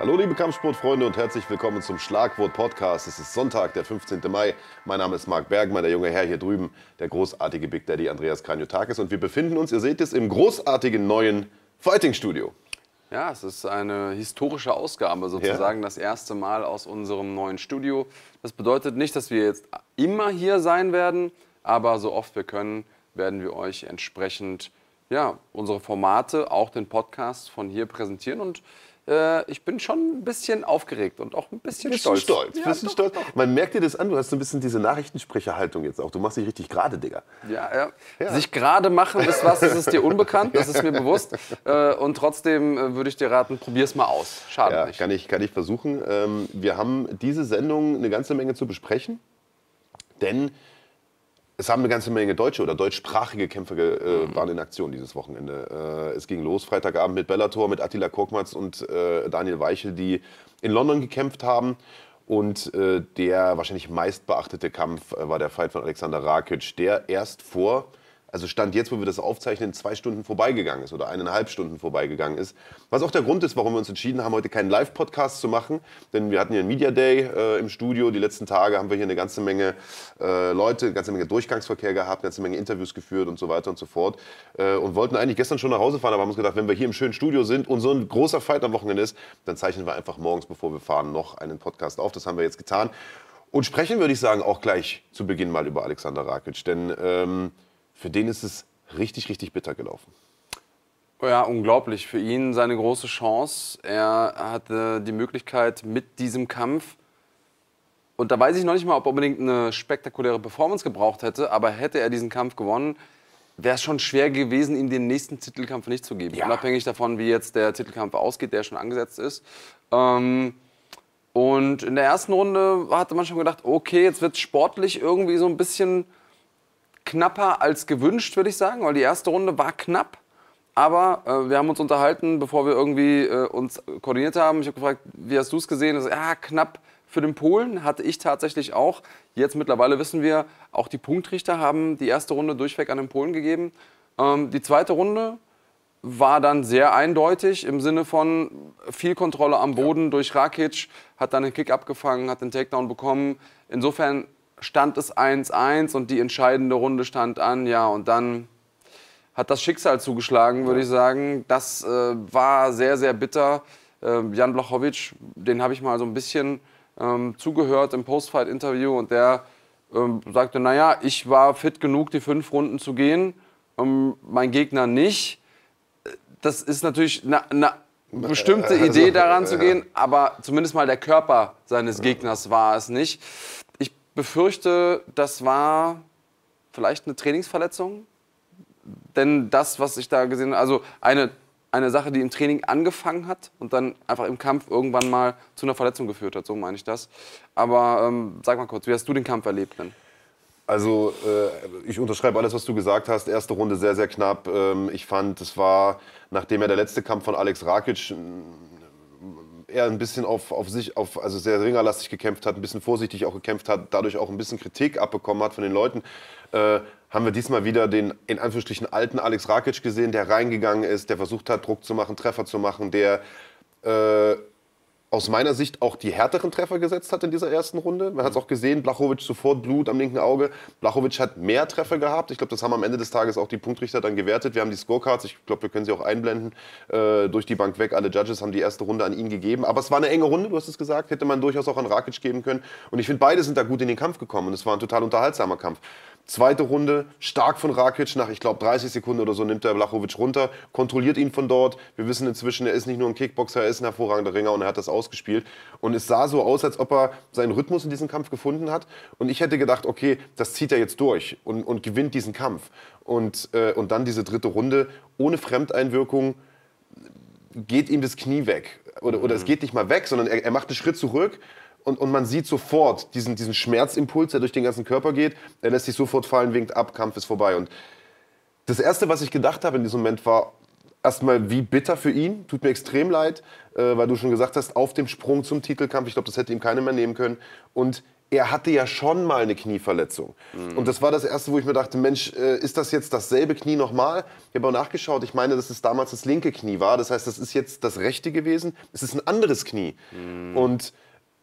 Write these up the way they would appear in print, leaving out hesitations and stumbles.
Hallo liebe Kampfsportfreunde und herzlich willkommen zum Schlagwort-Podcast. Es ist Sonntag, der 15. Mai. Mein Name ist Marc Bergmann, der junge Herr hier drüben, der großartige Big Daddy Andreas Kranjotakis. Und wir befinden uns, ihr seht es, im großartigen neuen Fighting-Studio. Ja, es ist eine historische Ausgabe sozusagen, das erste Mal aus unserem neuen Studio. Das bedeutet nicht, dass wir jetzt immer hier sein werden, aber so oft wir können, werden wir euch entsprechend unsere Formate, auch den Podcast von hier präsentieren. Und ich bin schon ein bisschen aufgeregt und auch ein bisschen stolz. Bisschen stolz. Man merkt dir das an, du hast so ein bisschen diese Nachrichtensprecherhaltung jetzt auch. Du machst dich richtig gerade, Digga. Ja. Sich gerade machen ist was, das ist dir unbekannt, das ist mir bewusst. Und trotzdem würde ich dir raten, probier's mal aus. Schade nicht. Kann ich versuchen. Wir haben diese Sendung eine ganze Menge zu besprechen, denn es haben eine ganze Menge deutsche oder deutschsprachige Kämpfer waren in Aktion dieses Wochenende. Es ging los Freitagabend mit Bellator, mit Attila Korkmaz und Daniel Weichel, die in London gekämpft haben. Und der wahrscheinlich meistbeachtete Kampf war der Fight von Aleksandar Rakic, der erst Stand jetzt, wo wir das aufzeichnen, 2 Stunden vorbeigegangen ist oder 1,5 Stunden vorbeigegangen ist. Was auch der Grund ist, warum wir uns entschieden haben, heute keinen Live-Podcast zu machen. Denn wir hatten hier einen Media Day im Studio. Die letzten Tage haben wir hier eine ganze Menge Leute, eine ganze Menge Durchgangsverkehr gehabt, eine ganze Menge Interviews geführt und so weiter und so fort. Und wollten eigentlich gestern schon nach Hause fahren, aber haben uns gedacht, wenn wir hier im schönen Studio sind und so ein großer Fight am Wochenende ist, dann zeichnen wir einfach morgens, bevor wir fahren, noch einen Podcast auf. Das haben wir jetzt getan. Und sprechen, würde ich sagen, auch gleich zu Beginn mal über Aleksandar Rakic. Denn für den ist es richtig, richtig bitter gelaufen. Ja, unglaublich. Für ihn seine große Chance. Er hatte die Möglichkeit mit diesem Kampf, und da weiß ich noch nicht mal, ob er unbedingt eine spektakuläre Performance gebraucht hätte, aber hätte er diesen Kampf gewonnen, wäre es schon schwer gewesen, ihm den nächsten Titelkampf nicht zu geben. Ja. Unabhängig davon, wie jetzt der Titelkampf ausgeht, der schon angesetzt ist. Und in der ersten Runde hatte man schon gedacht, okay, jetzt wird es sportlich irgendwie so ein bisschen knapper als gewünscht, würde ich sagen, weil die erste Runde war knapp. Aber wir haben uns unterhalten, bevor wir irgendwie uns koordiniert haben. Ich habe gefragt, wie hast du es gesehen? Also, ja, knapp für den Polen hatte ich tatsächlich auch. Jetzt mittlerweile wissen wir, auch die Punktrichter haben die erste Runde durchweg an den Polen gegeben. Die zweite Runde war dann sehr eindeutig im Sinne von viel Kontrolle am Boden durch Rakic, hat dann den Kick abgefangen, hat den Takedown bekommen. Insofern stand es 1-1 und die entscheidende Runde stand an. Ja, und dann hat das Schicksal zugeschlagen, würde ich sagen. Das war sehr, sehr bitter. Jan Blachowicz, den habe ich mal so ein bisschen zugehört im Postfight-Interview. Und der sagte, naja, ich war fit genug, die 5 Runden zu gehen. Mein Gegner nicht. Das ist natürlich eine bestimmte Idee, daran zu gehen. Aber zumindest mal der Körper seines Gegners war es nicht. Ich befürchte, das war vielleicht eine Trainingsverletzung. Denn das, was ich da gesehen habe, also eine Sache, die im Training angefangen hat und dann einfach im Kampf irgendwann mal zu einer Verletzung geführt hat, so meine ich das. Aber sag mal kurz, wie hast du den Kampf erlebt denn? Also ich unterschreibe alles, was du gesagt hast. Erste Runde sehr, sehr knapp. Ich fand, es war, nachdem der letzte Kampf von Alex Rakic eher ein bisschen also sehr ringerlastig gekämpft hat, ein bisschen vorsichtig auch gekämpft hat, dadurch auch ein bisschen Kritik abbekommen hat von den Leuten, haben wir diesmal wieder den, in Anführungsstrichen, alten Alex Rakic gesehen, der reingegangen ist, der versucht hat, Druck zu machen, Treffer zu machen, der aus meiner Sicht auch die härteren Treffer gesetzt hat in dieser ersten Runde. Man hat es auch gesehen, Blachowicz sofort Blut am linken Auge. Blachowicz hat mehr Treffer gehabt. Ich glaube, das haben am Ende des Tages auch die Punktrichter dann gewertet. Wir haben die Scorecards, ich glaube, wir können sie auch einblenden, durch die Bank weg. Alle Judges haben die erste Runde an ihn gegeben. Aber es war eine enge Runde, du hast es gesagt, hätte man durchaus auch an Rakic geben können. Und ich finde, beide sind da gut in den Kampf gekommen. Und es war ein total unterhaltsamer Kampf. Zweite Runde, stark von Rakic, nach, ich glaube, 30 Sekunden oder so nimmt der Blachowicz runter, kontrolliert ihn von dort. Wir wissen inzwischen, er ist nicht nur ein Kickboxer, er ist ein hervorragender Ringer und er hat das ausgespielt. Und es sah so aus, als ob er seinen Rhythmus in diesem Kampf gefunden hat. Und ich hätte gedacht, okay, das zieht er jetzt durch und gewinnt diesen Kampf. Und dann diese dritte Runde, ohne Fremdeinwirkung, geht ihm das Knie weg. Oder es geht nicht mal weg, sondern er macht einen Schritt zurück. Und man sieht sofort diesen Schmerzimpuls, der durch den ganzen Körper geht. Er lässt sich sofort fallen, winkt ab, Kampf ist vorbei. Und das Erste, was ich gedacht habe in diesem Moment, war erstmal, wie bitter für ihn. Tut mir extrem leid, weil du schon gesagt hast, auf dem Sprung zum Titelkampf. Ich glaube, das hätte ihm keiner mehr nehmen können. Und er hatte ja schon mal eine Knieverletzung. Und das war das Erste, wo ich mir dachte, Mensch, ist das jetzt dasselbe Knie nochmal? Ich habe auch nachgeschaut, ich meine, dass es damals das linke Knie war. Das heißt, das ist jetzt das rechte gewesen. Es ist ein anderes Knie. Und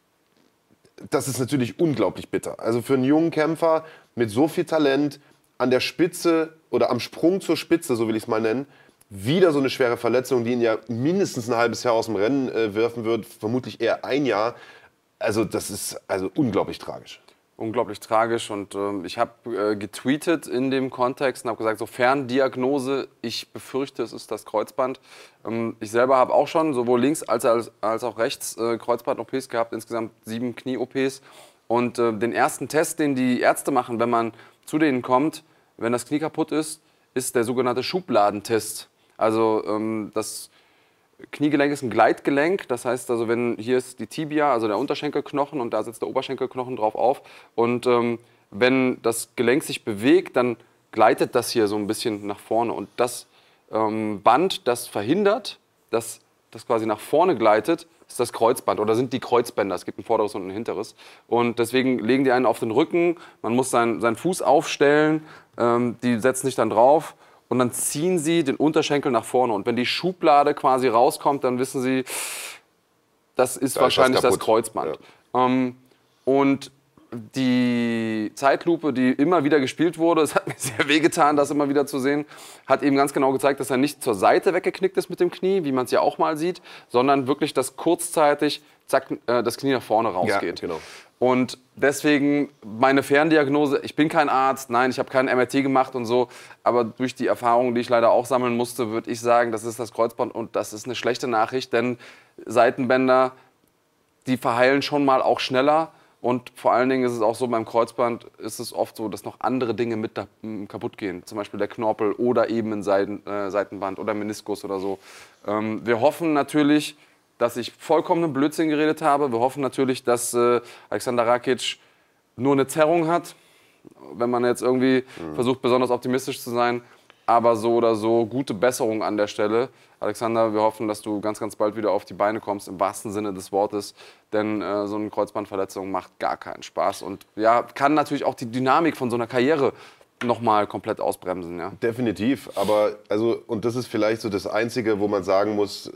das ist natürlich unglaublich bitter. Also für einen jungen Kämpfer mit so viel Talent, an der Spitze oder am Sprung zur Spitze, so will ich es mal nennen, wieder so eine schwere Verletzung, die ihn ja mindestens ein halbes Jahr aus dem Rennen werfen wird, vermutlich eher ein Jahr. Also das ist also unglaublich tragisch. Unglaublich tragisch und ich habe getweetet in dem Kontext und habe gesagt, sofern Diagnose, ich befürchte, es ist das Kreuzband. Ich selber habe auch schon sowohl links als auch rechts Kreuzband-OPs gehabt, insgesamt 7 Knie-OPs. Und den ersten Test, den die Ärzte machen, wenn man zu denen kommt, wenn das Knie kaputt ist, ist der sogenannte Schubladentest. Also das Kniegelenk ist ein Gleitgelenk, das heißt also, wenn hier ist die Tibia, also der Unterschenkelknochen und da sitzt der Oberschenkelknochen drauf auf und wenn das Gelenk sich bewegt, dann gleitet das hier so ein bisschen nach vorne und das Band, das verhindert, dass das quasi nach vorne gleitet, ist das Kreuzband oder sind die Kreuzbänder, es gibt ein vorderes und ein hinteres und deswegen legen die einen auf den Rücken, man muss seinen Fuß aufstellen, die setzen sich dann drauf. Und dann ziehen sie den Unterschenkel nach vorne. Und wenn die Schublade quasi rauskommt, dann wissen sie, das ist wahrscheinlich das Kreuzband. Ja. Und die Zeitlupe, die immer wieder gespielt wurde, es hat mir sehr wehgetan, das immer wieder zu sehen, hat eben ganz genau gezeigt, dass er nicht zur Seite weggeknickt ist mit dem Knie, wie man es ja auch mal sieht, sondern wirklich, dass kurzzeitig zack, das Knie nach vorne rausgeht. Ja, genau. Und deswegen meine Ferndiagnose, ich bin kein Arzt, nein, ich habe keinen MRT gemacht und so, aber durch die Erfahrungen, die ich leider auch sammeln musste, würde ich sagen, das ist das Kreuzband und das ist eine schlechte Nachricht, denn Seitenbänder, die verheilen schon mal auch schneller und vor allen Dingen ist es auch so, beim Kreuzband ist es oft so, dass noch andere Dinge mit kaputt gehen, zum Beispiel der Knorpel oder eben ein Seitenband oder Meniskus oder so. Wir hoffen natürlich, dass ich vollkommenen Blödsinn geredet habe. Wir hoffen natürlich, dass Aleksandar Rakic nur eine Zerrung hat, wenn man jetzt irgendwie versucht, besonders optimistisch zu sein. Aber so oder so, gute Besserung an der Stelle. Alexander, wir hoffen, dass du ganz, ganz bald wieder auf die Beine kommst, im wahrsten Sinne des Wortes. Denn so eine Kreuzbandverletzung macht gar keinen Spaß. Und ja, kann natürlich auch die Dynamik von so einer Karriere nochmal komplett ausbremsen. Ja. Definitiv. Aber, also, und das ist vielleicht so das Einzige, wo man sagen muss,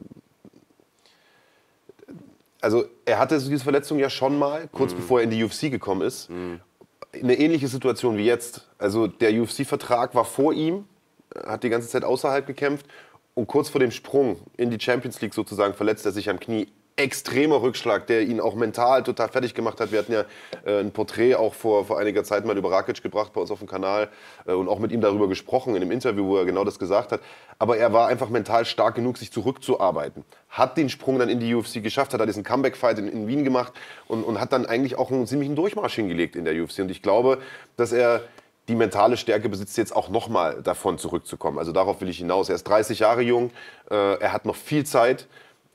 also er hatte diese Verletzung ja schon mal, kurz bevor er in die UFC gekommen ist. Eine ähnliche Situation wie jetzt. Also der UFC-Vertrag war vor ihm, hat die ganze Zeit außerhalb gekämpft und kurz vor dem Sprung in die Champions League sozusagen verletzt er sich am Knie. Extremer Rückschlag, der ihn auch mental total fertig gemacht hat. Wir hatten ja ein Porträt auch vor einiger Zeit mal über Rakic gebracht bei uns auf dem Kanal und auch mit ihm darüber gesprochen in einem Interview, wo er genau das gesagt hat. Aber er war einfach mental stark genug, sich zurückzuarbeiten. Hat den Sprung dann in die UFC geschafft, hat er diesen Comeback-Fight in Wien gemacht und hat dann eigentlich auch einen ziemlichen Durchmarsch hingelegt in der UFC. Und ich glaube, dass er die mentale Stärke besitzt, jetzt auch nochmal davon zurückzukommen. Also darauf will ich hinaus. Er ist 30 Jahre jung, er hat noch viel Zeit.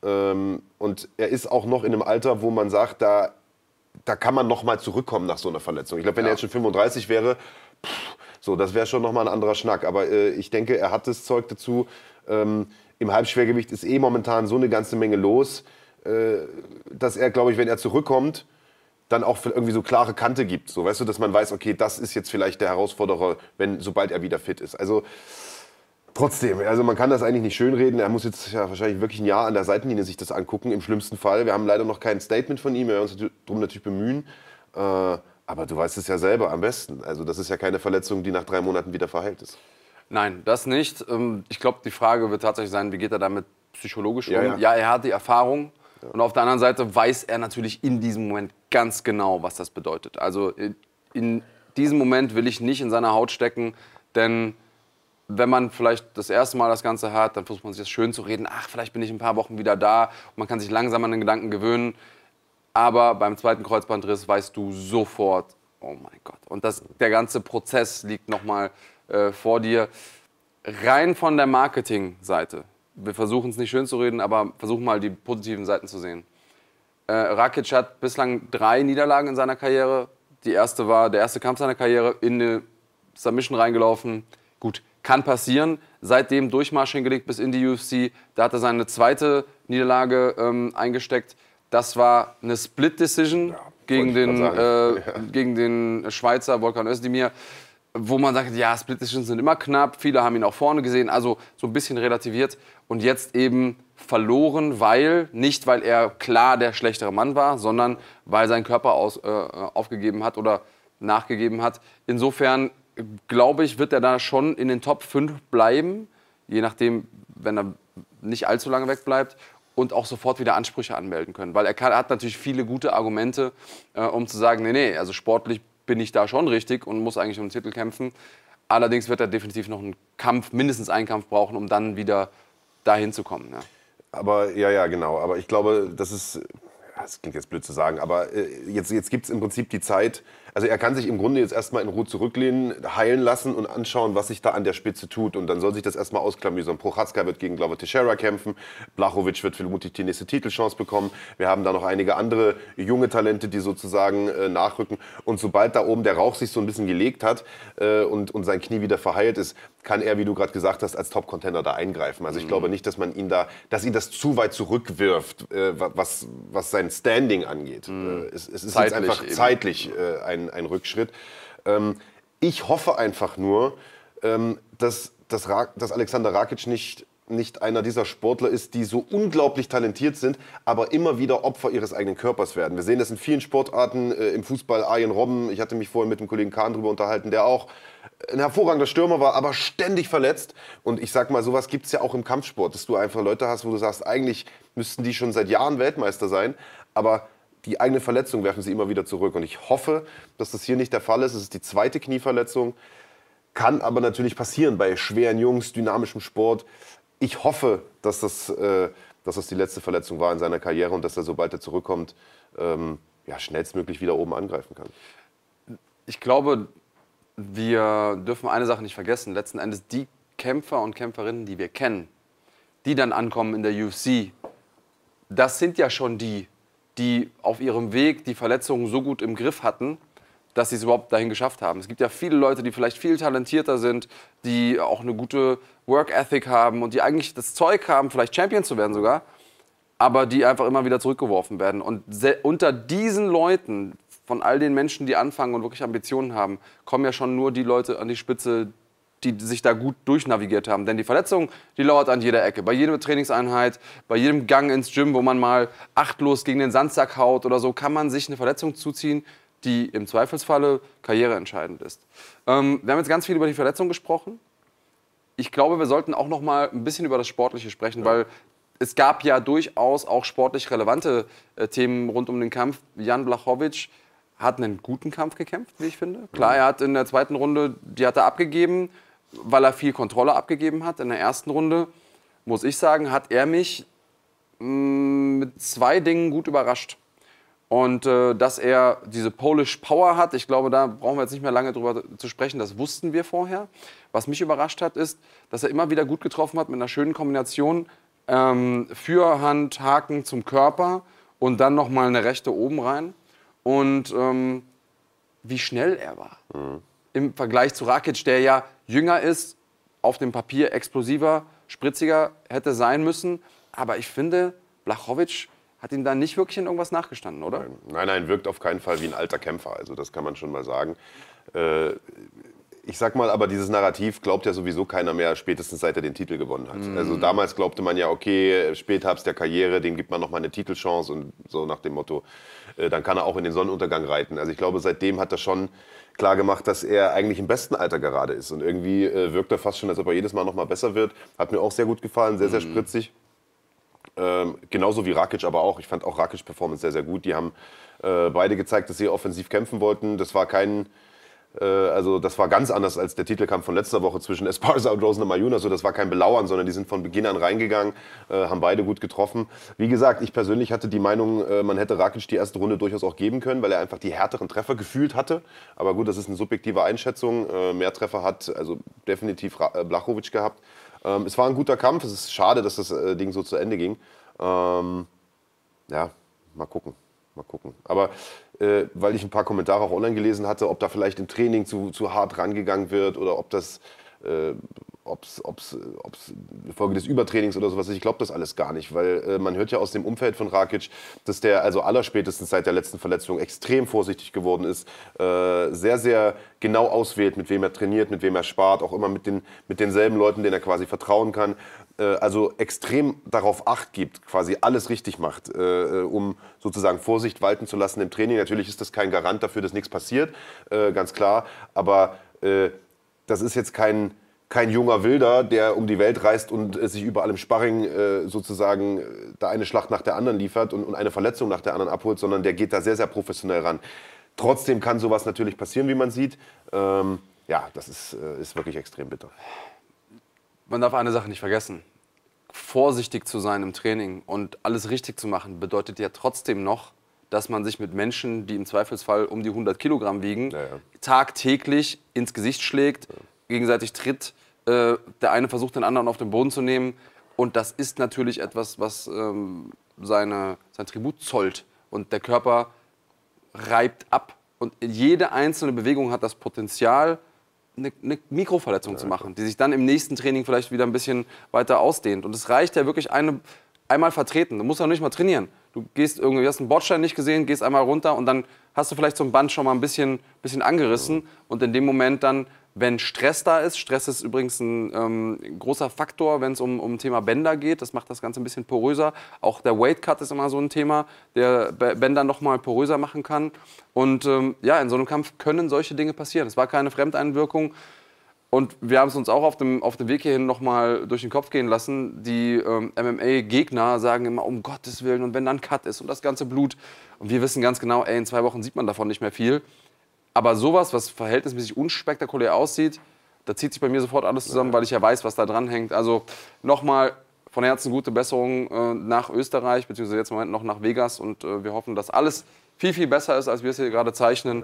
Und er ist auch noch in einem Alter, wo man sagt, da kann man noch mal zurückkommen nach so einer Verletzung. Ich glaube, wenn er jetzt schon 35 wäre, so, das wäre schon noch mal ein anderer Schnack. Aber ich denke, er hat das Zeug dazu. Im Halbschwergewicht ist momentan so eine ganze Menge los, dass er, glaube ich, wenn er zurückkommt, dann auch irgendwie so klare Kante gibt. So, weißt du, dass man weiß, okay, das ist jetzt vielleicht der Herausforderer, sobald er wieder fit ist. Also trotzdem, also man kann das eigentlich nicht schönreden. Er muss jetzt ja wahrscheinlich wirklich ein Jahr an der Seitenlinie sich das angucken, im schlimmsten Fall. Wir haben leider noch kein Statement von ihm, wir werden uns darum natürlich bemühen. Aber du weißt es ja selber am besten. Also das ist ja keine Verletzung, die nach 3 Monaten wieder verheilt ist. Nein, das nicht. Ich glaube, die Frage wird tatsächlich sein, wie geht er damit psychologisch um? Ja. Ja, er hat die Erfahrung. Ja. Und auf der anderen Seite weiß er natürlich in diesem Moment ganz genau, was das bedeutet. Also in diesem Moment will ich nicht in seiner Haut stecken, denn wenn man vielleicht das erste Mal das Ganze hat, dann versucht man sich das schön zu reden. Ach, vielleicht bin ich in ein paar Wochen wieder da. Und man kann sich langsam an den Gedanken gewöhnen. Aber beim zweiten Kreuzbandriss weißt du sofort, oh mein Gott. Und der ganze Prozess liegt nochmal vor dir. Rein von der Marketingseite. Wir versuchen es nicht schön zu reden, aber versuchen mal die positiven Seiten zu sehen. Rakic hat bislang 3 Niederlagen in seiner Karriere. Die erste war der erste Kampf seiner Karriere, in eine Submission reingelaufen. Gut, kann passieren. Seitdem Durchmarsch hingelegt bis in die UFC. Da hat er seine zweite Niederlage eingesteckt. Das war eine Split-Decision. gegen den Schweizer Volkan Özdemir, wo man sagt, ja, Split Decisions sind immer knapp, viele haben ihn auch vorne gesehen, also so ein bisschen relativiert. Und jetzt eben verloren, nicht weil er klar der schlechtere Mann war, sondern weil sein Körper aufgegeben hat oder nachgegeben hat. Insofern, glaube ich, wird er da schon in den Top 5 bleiben, je nachdem, wenn er nicht allzu lange wegbleibt. Und auch sofort wieder Ansprüche anmelden können. Weil er hat natürlich viele gute Argumente, um zu sagen, nee, also sportlich bin ich da schon richtig und muss eigentlich um den Titel kämpfen. Allerdings wird er definitiv noch mindestens einen Kampf brauchen, um dann wieder dahin zu kommen. Ja. Aber ja, genau. Aber ich glaube, das klingt jetzt blöd zu sagen, aber jetzt gibt es im Prinzip die Zeit. Also er kann sich im Grunde jetzt erstmal in Ruhe zurücklehnen, heilen lassen und anschauen, was sich da an der Spitze tut. Und dann soll sich das erstmal ausklamüsern. Prochazka wird gegen Glover Teixeira kämpfen. Blachowicz wird vermutlich die nächste Titelchance bekommen. Wir haben da noch einige andere junge Talente, die sozusagen nachrücken. Und sobald da oben der Rauch sich so ein bisschen gelegt hat und sein Knie wieder verheilt ist, kann er, wie du gerade gesagt hast, als Top-Contender da eingreifen. Also ich glaube nicht, dass ihn das zu weit zurückwirft, was sein Standing angeht. Es ist jetzt einfach zeitlich ein Rückschritt. Ich hoffe einfach nur, dass Alexander Rakic nicht einer dieser Sportler ist, die so unglaublich talentiert sind, aber immer wieder Opfer ihres eigenen Körpers werden. Wir sehen das in vielen Sportarten, im Fußball, Arjen Robben, ich hatte mich vorhin mit dem Kollegen Kahn drüber unterhalten, der auch ein hervorragender Stürmer war, aber ständig verletzt. Und ich sag mal, sowas gibt es ja auch im Kampfsport, dass du einfach Leute hast, wo du sagst, eigentlich müssten die schon seit Jahren Weltmeister sein, aber die eigene Verletzung werfen sie immer wieder zurück. Und ich hoffe, dass das hier nicht der Fall ist. Es ist die zweite Knieverletzung, kann aber natürlich passieren bei schweren Jungs, dynamischem Sport. Ich hoffe, dass das die letzte Verletzung war in seiner Karriere und dass er, sobald er zurückkommt, schnellstmöglich wieder oben angreifen kann. Ich glaube, wir dürfen eine Sache nicht vergessen. Letzten Endes die Kämpfer und Kämpferinnen, die wir kennen, die dann ankommen in der UFC, das sind ja schon die auf ihrem Weg die Verletzungen so gut im Griff hatten, dass sie es überhaupt dahin geschafft haben. Es gibt ja viele Leute, die vielleicht viel talentierter sind, die auch eine gute Work-Ethic haben und die eigentlich das Zeug haben, vielleicht Champion zu werden sogar, aber die einfach immer wieder zurückgeworfen werden. Und unter diesen Leuten, von all den Menschen, die anfangen und wirklich Ambitionen haben, kommen ja schon nur die Leute an die Spitze, die sich da gut durchnavigiert haben. Denn die Verletzung, die lauert an jeder Ecke. Bei jeder Trainingseinheit, bei jedem Gang ins Gym, wo man mal achtlos gegen den Sandsack haut oder so, kann man sich eine Verletzung zuziehen, die im Zweifelsfalle karriereentscheidend ist. Wir haben jetzt ganz viel über die Verletzung gesprochen. Ich glaube, wir sollten auch noch mal ein bisschen über das Sportliche sprechen, weil es gab ja durchaus auch sportlich relevante Themen rund um den Kampf. Jan Blachowicz hat einen guten Kampf gekämpft, wie ich finde. Klar, er hat in der zweiten Runde, die hat er abgegeben, weil er viel Kontrolle abgegeben hat. In der ersten Runde, muss ich sagen, hat er mich mit zwei Dingen gut überrascht. Und dass er diese Polish Power hat, ich glaube, da brauchen wir jetzt nicht mehr lange drüber zu sprechen, das wussten wir vorher. Was mich überrascht hat, ist, dass er immer wieder gut getroffen hat mit einer schönen Kombination Fürhand, Haken zum Körper und dann nochmal eine rechte oben rein. Und wie schnell er war. Im Vergleich zu Rakic, der ja jünger ist, auf dem Papier explosiver, spritziger hätte sein müssen. Aber ich finde, Blachowicz hat ihm da nicht wirklich in irgendwas nachgestanden, oder? Nein, wirkt auf keinen Fall wie ein alter Kämpfer. Also das kann man schon mal sagen. Ich sag mal, aber dieses Narrativ glaubt ja sowieso keiner mehr, spätestens seit er den Titel gewonnen hat. Also damals glaubte man ja, okay, Spätherbst der Karriere, dem gibt man noch mal eine Titelchance und so nach dem Motto, dann kann er auch in den Sonnenuntergang reiten. Also ich glaube, seitdem hat er schon klar gemacht, dass er eigentlich im besten Alter gerade ist. Und irgendwie wirkt er fast schon, als ob er jedes Mal noch mal besser wird. Hat mir auch sehr gut gefallen, sehr, sehr spritzig. Genauso wie Rakic aber auch. Ich fand auch Rakic Performance sehr, sehr gut. Die haben beide gezeigt, dass sie offensiv kämpfen wollten. Das war das war ganz anders als der Titelkampf von letzter Woche zwischen Esparza und Rose Namajunas. Also das war kein Belauern, sondern die sind von Beginn an reingegangen, haben beide gut getroffen. Wie gesagt, ich persönlich hatte die Meinung, man hätte Rakic die erste Runde durchaus auch geben können, weil er einfach die härteren Treffer gefühlt hatte. Aber gut, das ist eine subjektive Einschätzung. Mehr Treffer hat also definitiv Blachowicz gehabt. Es war ein guter Kampf. Es ist schade, dass das Ding so zu Ende ging. Mal gucken. Aber weil ich ein paar Kommentare auch online gelesen hatte, ob da vielleicht im Training zu hart rangegangen wird oder ob Folge des Übertrainings oder sowas ist. Ich glaube das alles gar nicht, weil man hört ja aus dem Umfeld von Rakic, dass der also allerspätestens seit der letzten Verletzung extrem vorsichtig geworden ist, sehr, sehr genau auswählt, mit wem er trainiert, mit wem er spart, auch immer mit denselben Leuten, denen er quasi vertrauen kann. Also extrem darauf Acht gibt, quasi alles richtig macht, um sozusagen Vorsicht walten zu lassen im Training. Natürlich ist das kein Garant dafür, dass nichts passiert, ganz klar, aber das ist jetzt kein junger Wilder, der um die Welt reist und sich überall im Sparring sozusagen da eine Schlacht nach der anderen liefert und eine Verletzung nach der anderen abholt, sondern der geht da sehr, sehr professionell ran. Trotzdem kann sowas natürlich passieren, wie man sieht. Ja, das ist wirklich extrem bitter. Man darf eine Sache nicht vergessen. Vorsichtig zu sein im Training und alles richtig zu machen, bedeutet ja trotzdem noch, dass man sich mit Menschen, die im Zweifelsfall um die 100 Kilogramm wiegen, tagtäglich ins Gesicht schlägt, gegenseitig tritt. Der eine versucht, den anderen auf den Boden zu nehmen. Und das ist natürlich etwas, was sein Tribut zollt. Und der Körper reibt ab. Und jede einzelne Bewegung hat das Potenzial, eine Mikroverletzung zu machen, die sich dann im nächsten Training vielleicht wieder ein bisschen weiter ausdehnt. Und es reicht ja wirklich einmal vertreten. Du musst ja nicht mal trainieren. Du gehst irgendwie, hast einen Bordstein nicht gesehen, gehst einmal runter und dann hast du vielleicht so ein Band schon mal ein bisschen angerissen. Und in dem Moment dann, wenn Stress da ist, Stress ist übrigens ein großer Faktor, wenn es um Thema Bänder geht. Das macht das Ganze ein bisschen poröser. Auch der Weight Cut ist immer so ein Thema, der Bänder noch mal poröser machen kann. Und ja, in so einem Kampf können solche Dinge passieren. Es war keine Fremdeinwirkung. Und wir haben es uns auch auf dem Weg hierhin noch mal durch den Kopf gehen lassen. Die MMA-Gegner sagen immer, um Gottes Willen, und wenn dann Cut ist und das ganze Blut. Und wir wissen ganz genau, in 2 Wochen sieht man davon nicht mehr viel. Aber sowas, was verhältnismäßig unspektakulär aussieht, da zieht sich bei mir sofort alles zusammen, weil ich ja weiß, was da dran hängt. Also nochmal von Herzen gute Besserung nach Österreich, beziehungsweise jetzt im Moment noch nach Vegas. Und wir hoffen, dass alles viel, viel besser ist, als wir es hier gerade zeichnen.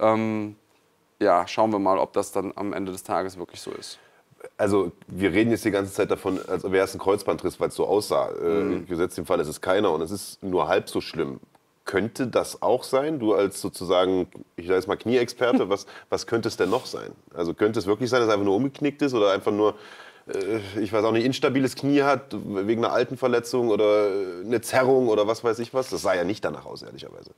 Ja, schauen wir mal, ob das dann am Ende des Tages wirklich so ist. Also wir reden jetzt die ganze Zeit davon, als wäre es ein Kreuzbandriss, weil es so aussah. Gesetzt im Fall, es ist keiner und es ist nur halb so schlimm. Könnte das auch sein? Du als sozusagen, ich sage jetzt mal Knieexperte, was könnte es denn noch sein? Also könnte es wirklich sein, dass es einfach nur umgeknickt ist oder einfach nur, ich weiß auch nicht, instabiles Knie hat wegen einer alten Verletzung oder eine Zerrung oder was weiß ich was? Das sah ja nicht danach aus, ehrlicherweise.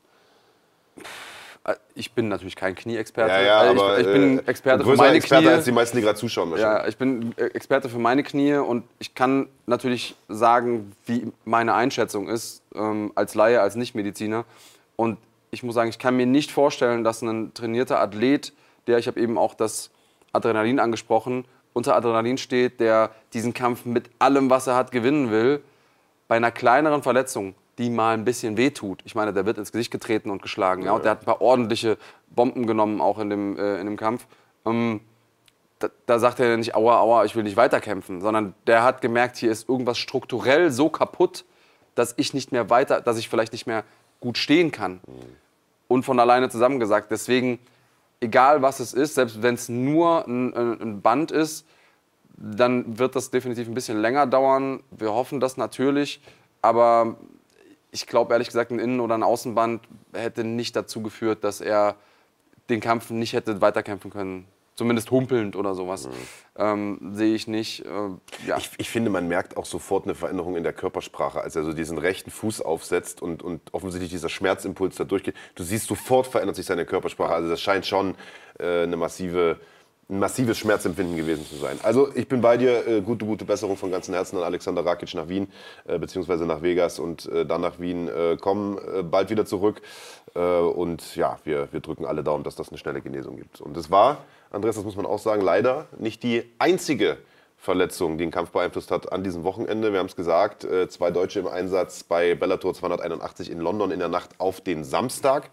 Ich bin natürlich kein Knieexperte. Aber ich bin Experte für meine Experte Knie. Als die meisten, die gerade zuschauen. Ja, ich bin Experte für meine Knie und ich kann natürlich sagen, wie meine Einschätzung ist, als Laie, als Nichtmediziner. Und ich muss sagen, ich kann mir nicht vorstellen, dass ein trainierter Athlet, ich habe eben auch das Adrenalin angesprochen, unter Adrenalin steht, der diesen Kampf mit allem, was er hat, gewinnen will, bei einer kleineren Verletzung, die mal ein bisschen wehtut. Ich meine, der wird ins Gesicht getreten und geschlagen. Ja, und der hat ein paar ordentliche Bomben genommen, auch in dem Kampf. Da sagt er nicht, aua, aua, ich will nicht weiterkämpfen, sondern der hat gemerkt, hier ist irgendwas strukturell so kaputt, dass ich vielleicht nicht mehr gut stehen kann. Und von alleine zusammengesagt. Deswegen, egal was es ist, selbst wenn es nur ein Band ist, dann wird das definitiv ein bisschen länger dauern. Wir hoffen das natürlich, aber ich glaube ehrlich gesagt, ein Innen- oder ein Außenband hätte nicht dazu geführt, dass er den Kampf nicht hätte weiterkämpfen können. Zumindest humpelnd oder sowas. Sehe ich nicht. Ja. Ich finde, man merkt auch sofort eine Veränderung in der Körpersprache, als er so diesen rechten Fuß aufsetzt und offensichtlich dieser Schmerzimpuls da durchgeht. Du siehst, sofort verändert sich seine Körpersprache. Also das scheint schon ein massives Schmerzempfinden gewesen zu sein. Also ich bin bei dir, gute Besserung von ganzem Herzen an Alexander Rakic nach Wien, beziehungsweise nach Vegas und dann nach Wien kommen, bald wieder zurück. Und ja, wir drücken alle Daumen, dass das eine schnelle Genesung gibt. Und es war, Andreas, das muss man auch sagen, leider nicht die einzige Verletzung, die den Kampf beeinflusst hat an diesem Wochenende. Wir haben es gesagt, 2 Deutsche im Einsatz bei Bellator 281 in London in der Nacht auf den Samstag.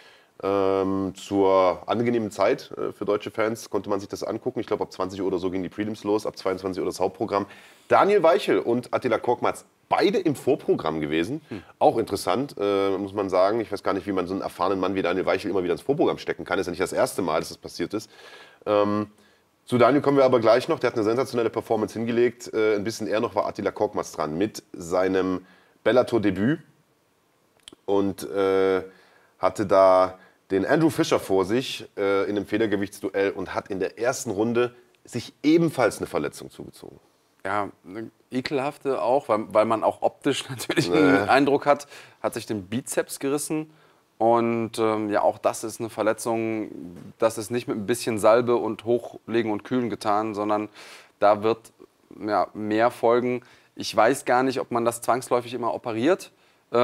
Zur angenehmen Zeit für deutsche Fans konnte man sich das angucken. Ich glaube, ab 20 Uhr oder so ging die Prelims los, ab 22 Uhr das Hauptprogramm. Daniel Weichel und Attila Korkmaz, beide im Vorprogramm gewesen. Auch interessant, muss man sagen. Ich weiß gar nicht, wie man so einen erfahrenen Mann wie Daniel Weichel immer wieder ins Vorprogramm stecken kann. Das ist ja nicht das erste Mal, dass das passiert ist. Zu Daniel kommen wir aber gleich noch. Der hat eine sensationelle Performance hingelegt. Ein bisschen eher noch war Attila Korkmaz dran mit seinem Bellator-Debüt. Und hatte da den Andrew Fischer vor sich in einem Federgewichtsduell und hat in der ersten Runde sich ebenfalls eine Verletzung zugezogen. Ja, eine ekelhafte auch, weil man auch optisch natürlich einen Eindruck hat sich den Bizeps gerissen. Und ja, auch das ist eine Verletzung, das ist nicht mit ein bisschen Salbe und Hochlegen und Kühlen getan, sondern da wird ja, mehr folgen. Ich weiß gar nicht, ob man das zwangsläufig immer operiert,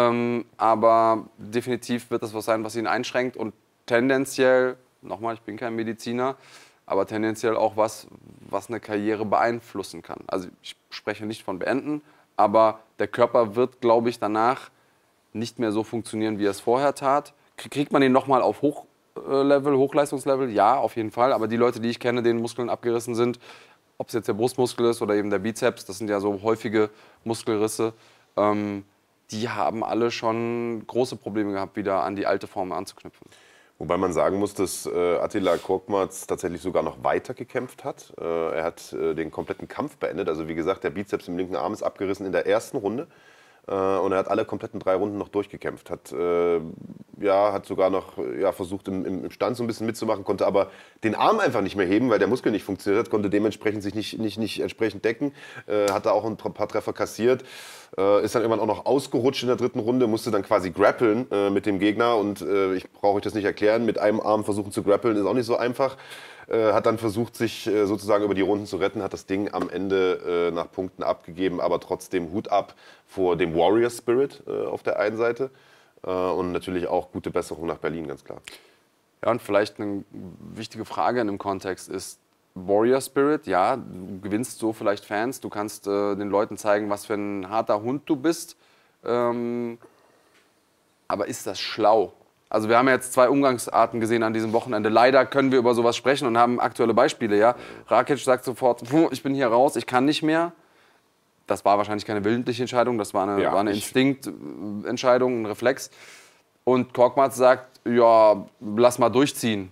aber definitiv wird das was sein, was ihn einschränkt und tendenziell, nochmal, ich bin kein Mediziner, aber tendenziell auch was eine Karriere beeinflussen kann. Also ich spreche nicht von beenden, aber der Körper wird, glaube ich, danach nicht mehr so funktionieren, wie er es vorher tat. Kriegt man ihn nochmal auf Hochleistungslevel? Ja, auf jeden Fall. Aber die Leute, die ich kenne, denen Muskeln abgerissen sind, ob es jetzt der Brustmuskel ist oder eben der Bizeps, das sind ja so häufige Muskelrisse, die haben alle schon große Probleme gehabt, wieder an die alte Form anzuknüpfen. Wobei man sagen muss, dass Attila Korkmaz tatsächlich sogar noch weiter gekämpft hat. Er hat den kompletten Kampf beendet. Also wie gesagt, der Bizeps im linken Arm ist abgerissen in der ersten Runde. Und er hat alle kompletten 3 Runden noch durchgekämpft. Hat sogar noch versucht, im Stand so ein bisschen mitzumachen, konnte aber den Arm einfach nicht mehr heben, weil der Muskel nicht funktioniert hat, konnte dementsprechend sich nicht entsprechend decken. Hat da auch ein paar Treffer kassiert. Ist dann irgendwann auch noch ausgerutscht in der 3. Runde, musste dann quasi grappeln mit dem Gegner. Und ich brauche euch das nicht erklären, mit einem Arm versuchen zu grappeln ist auch nicht so einfach. Hat dann versucht, sich sozusagen über die Runden zu retten, hat das Ding am Ende nach Punkten abgegeben, aber trotzdem Hut ab vor dem Warrior Spirit auf der einen Seite und natürlich auch gute Besserung nach Berlin, ganz klar. Ja, und vielleicht eine wichtige Frage in dem Kontext ist, Warrior Spirit, ja, du gewinnst so vielleicht Fans, du kannst den Leuten zeigen, was für ein harter Hund du bist, aber ist das schlau? Also wir haben ja jetzt 2 Umgangsarten gesehen an diesem Wochenende. Leider können wir über sowas sprechen und haben aktuelle Beispiele. Ja? Rakic sagt sofort, ich bin hier raus, ich kann nicht mehr. Das war wahrscheinlich keine willentliche Entscheidung, das war eine Instinktentscheidung, ein Reflex. Und Korkmaz sagt, ja, lass mal durchziehen.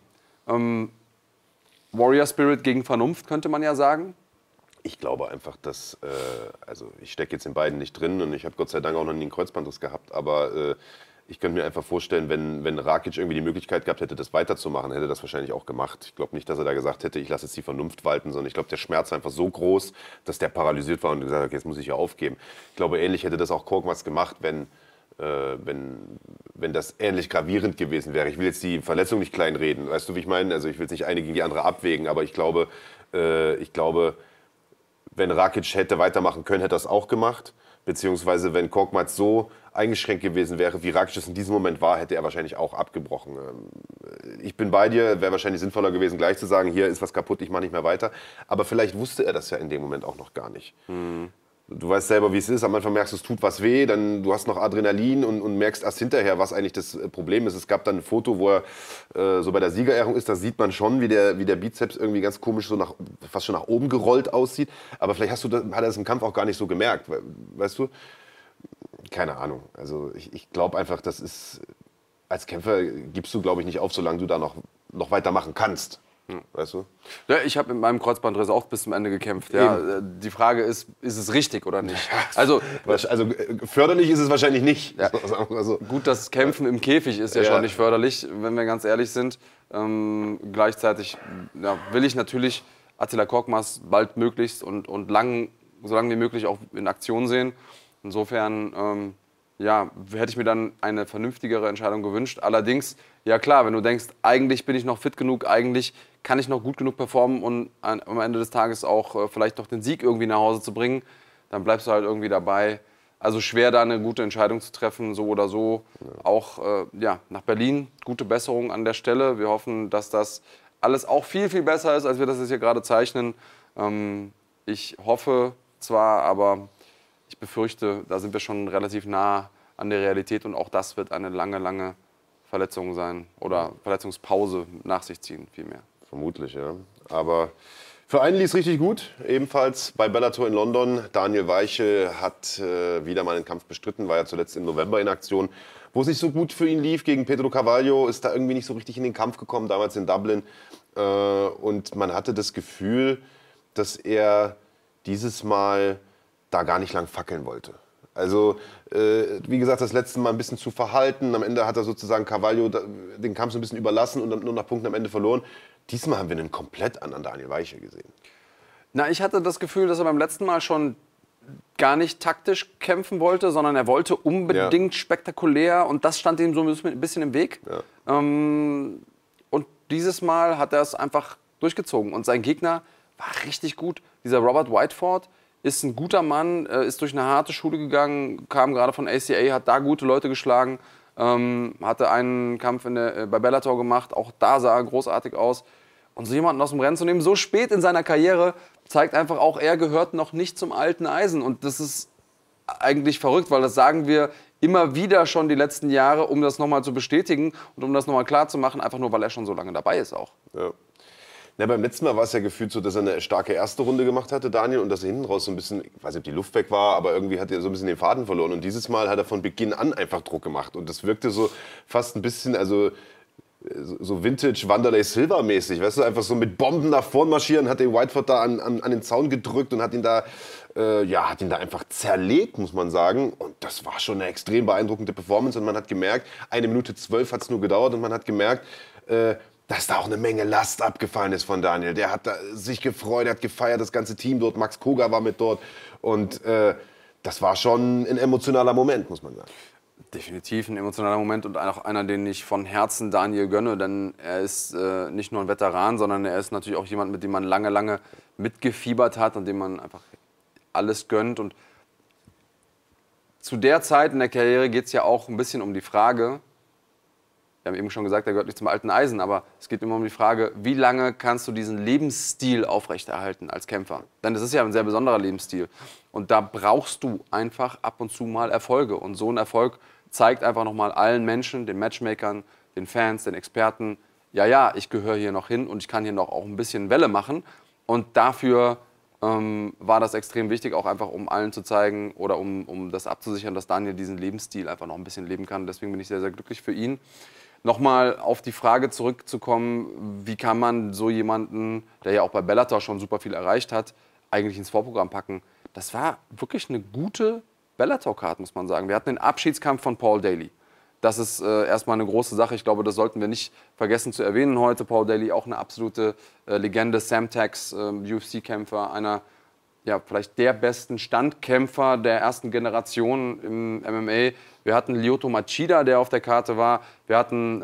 Warrior Spirit gegen Vernunft, könnte man ja sagen. Ich glaube einfach, dass, also ich stecke jetzt in beiden nicht drin und ich habe Gott sei Dank auch noch nie einen Kreuzbandriss gehabt, aber ich könnte mir einfach vorstellen, wenn Rakic irgendwie die Möglichkeit gehabt hätte, das weiterzumachen, hätte er das wahrscheinlich auch gemacht. Ich glaube nicht, dass er da gesagt hätte, ich lasse jetzt die Vernunft walten, sondern ich glaube, der Schmerz war einfach so groß, dass der paralysiert war und gesagt hat, okay, jetzt muss ich ja aufgeben. Ich glaube, ähnlich hätte das auch Korkmaz gemacht, wenn das ähnlich gravierend gewesen wäre. Ich will jetzt die Verletzung nicht kleinreden, weißt du, wie ich meine? Also ich will jetzt nicht eine gegen die andere abwägen, aber ich glaube, wenn Rakic hätte weitermachen können, hätte er es auch gemacht. Beziehungsweise wenn Korkmaz so eingeschränkt gewesen wäre, wie Rakic es in diesem Moment war, hätte er wahrscheinlich auch abgebrochen. Ich bin bei dir, wäre wahrscheinlich sinnvoller gewesen, gleich zu sagen, hier ist was kaputt, ich mache nicht mehr weiter. Aber vielleicht wusste er das ja in dem Moment auch noch gar nicht. Du weißt selber, wie es ist. Am Anfang merkst du, es tut was weh, dann du hast noch Adrenalin und merkst erst hinterher, was eigentlich das Problem ist. Es gab dann ein Foto, wo er so bei der Siegerehrung ist, da sieht man schon, wie der Bizeps irgendwie ganz komisch so fast schon nach oben gerollt aussieht. Aber vielleicht hat er das im Kampf auch gar nicht so gemerkt, weißt du? Keine Ahnung. Also ich glaube einfach, das ist, als Kämpfer gibst du, glaube ich, nicht auf, solange du da noch weitermachen kannst. Weißt du? Ja, ich habe mit meinem Kreuzbandriss auch bis zum Ende gekämpft. Ja. Die Frage ist es richtig oder nicht? Also förderlich ist es wahrscheinlich nicht. Ja. Also, gut, das Kämpfen im Käfig ist ja schon nicht förderlich, wenn wir ganz ehrlich sind. Gleichzeitig will ich natürlich Attila Korkmaz baldmöglichst und solange wie möglich auch in Aktion sehen. Insofern hätte ich mir dann eine vernünftigere Entscheidung gewünscht. Allerdings, ja klar, wenn du denkst, eigentlich bin ich noch fit genug, eigentlich kann ich noch gut genug performen und am Ende des Tages auch vielleicht noch den Sieg irgendwie nach Hause zu bringen, dann bleibst du halt irgendwie dabei. Also schwer, da eine gute Entscheidung zu treffen, so oder so. Ja. Auch nach Berlin, gute Besserung an der Stelle. Wir hoffen, dass das alles auch viel, viel besser ist, als wir das jetzt hier gerade zeichnen. Ich hoffe zwar, aber ich befürchte, da sind wir schon relativ nah an der Realität und auch das wird eine lange, lange Verletzung sein oder Verletzungspause nach sich ziehen, vielmehr. Vermutlich, ja. Aber für einen lief es richtig gut, ebenfalls bei Bellator in London. Daniel Weichel hat wieder mal einen Kampf bestritten, war ja zuletzt im November in Aktion. Wo es nicht so gut für ihn lief gegen Pedro Carvalho, ist da irgendwie nicht so richtig in den Kampf gekommen, damals in Dublin. Und man hatte das Gefühl, dass er dieses Mal da gar nicht lang fackeln wollte. Also, wie gesagt, das letzte Mal ein bisschen zu verhalten. Am Ende hat er sozusagen Carvalho den Kampf so ein bisschen überlassen und dann nur nach Punkten am Ende verloren. Diesmal haben wir einen komplett anderen Daniel Weichel gesehen. Na, ich hatte das Gefühl, dass er beim letzten Mal schon gar nicht taktisch kämpfen wollte, sondern er wollte unbedingt spektakulär und das stand ihm so ein bisschen im Weg. Ja. Und dieses Mal hat er es einfach durchgezogen und sein Gegner war richtig gut. Dieser Robert Whiteford ist ein guter Mann, ist durch eine harte Schule gegangen, kam gerade von ACA, hat da gute Leute geschlagen, hatte einen Kampf bei Bellator gemacht, auch da sah er großartig aus. Und so jemanden aus dem Rennen zu nehmen, so spät in seiner Karriere, zeigt einfach auch, er gehört noch nicht zum alten Eisen. Und das ist eigentlich verrückt, weil das sagen wir immer wieder schon die letzten Jahre, um das nochmal zu bestätigen und um das nochmal klar zu machen, einfach nur, weil er schon so lange dabei ist auch. Ja. Ja, beim letzten Mal war es ja gefühlt so, dass er eine starke erste Runde gemacht hatte, Daniel, und dass er hinten raus so ein bisschen, ich weiß nicht, ob die Luft weg war, aber irgendwie hat er so ein bisschen den Faden verloren. Und dieses Mal hat er von Beginn an einfach Druck gemacht. Und das wirkte so fast ein bisschen, also so Vintage Wanderlei Silva mäßig, weißt du, einfach so mit Bomben nach vorn marschieren, hat den Whiteford da an den Zaun gedrückt und hat ihn da einfach zerlegt, muss man sagen. Und das war schon eine extrem beeindruckende Performance. Und man hat gemerkt, 1 Minute 12 hat es nur gedauert und man hat gemerkt, dass da auch eine Menge Last abgefallen ist von Daniel. Der hat sich gefreut, er hat gefeiert, das ganze Team dort, Max Koga war mit dort. Und das war schon ein emotionaler Moment, muss man sagen. Definitiv ein emotionaler Moment und auch einer, den ich von Herzen Daniel gönne, denn er ist nicht nur ein Veteran, sondern er ist natürlich auch jemand, mit dem man lange, lange mitgefiebert hat und dem man einfach alles gönnt. Und zu der Zeit in der Karriere geht es ja auch ein bisschen um die Frage, wir haben eben schon gesagt, er gehört nicht zum alten Eisen, aber es geht immer um die Frage, wie lange kannst du diesen Lebensstil aufrechterhalten als Kämpfer? Denn das ist ja ein sehr besonderer Lebensstil. Und da brauchst du einfach ab und zu mal Erfolge. Und so ein Erfolg zeigt einfach nochmal allen Menschen, den Matchmakern, den Fans, den Experten, ja, ich gehöre hier noch hin und ich kann hier noch auch ein bisschen Welle machen. Und dafür war das extrem wichtig, auch einfach um allen zu zeigen oder um das abzusichern, dass Daniel diesen Lebensstil einfach noch ein bisschen leben kann. Deswegen bin ich sehr, sehr glücklich für ihn. Nochmal auf die Frage zurückzukommen, wie kann man so jemanden, der ja auch bei Bellator schon super viel erreicht hat, eigentlich ins Vorprogramm packen? Das war wirklich eine gute Bellator-Card, muss man sagen. Wir hatten den Abschiedskampf von Paul Daly. Das ist erstmal eine große Sache. Ich glaube, das sollten wir nicht vergessen zu erwähnen heute. Paul Daly, auch eine absolute Legende, Sam Tax, UFC-Kämpfer, einer vielleicht der besten Standkämpfer der ersten Generation im MMA. Wir hatten Lyoto Machida, der auf der Karte war. Wir hatten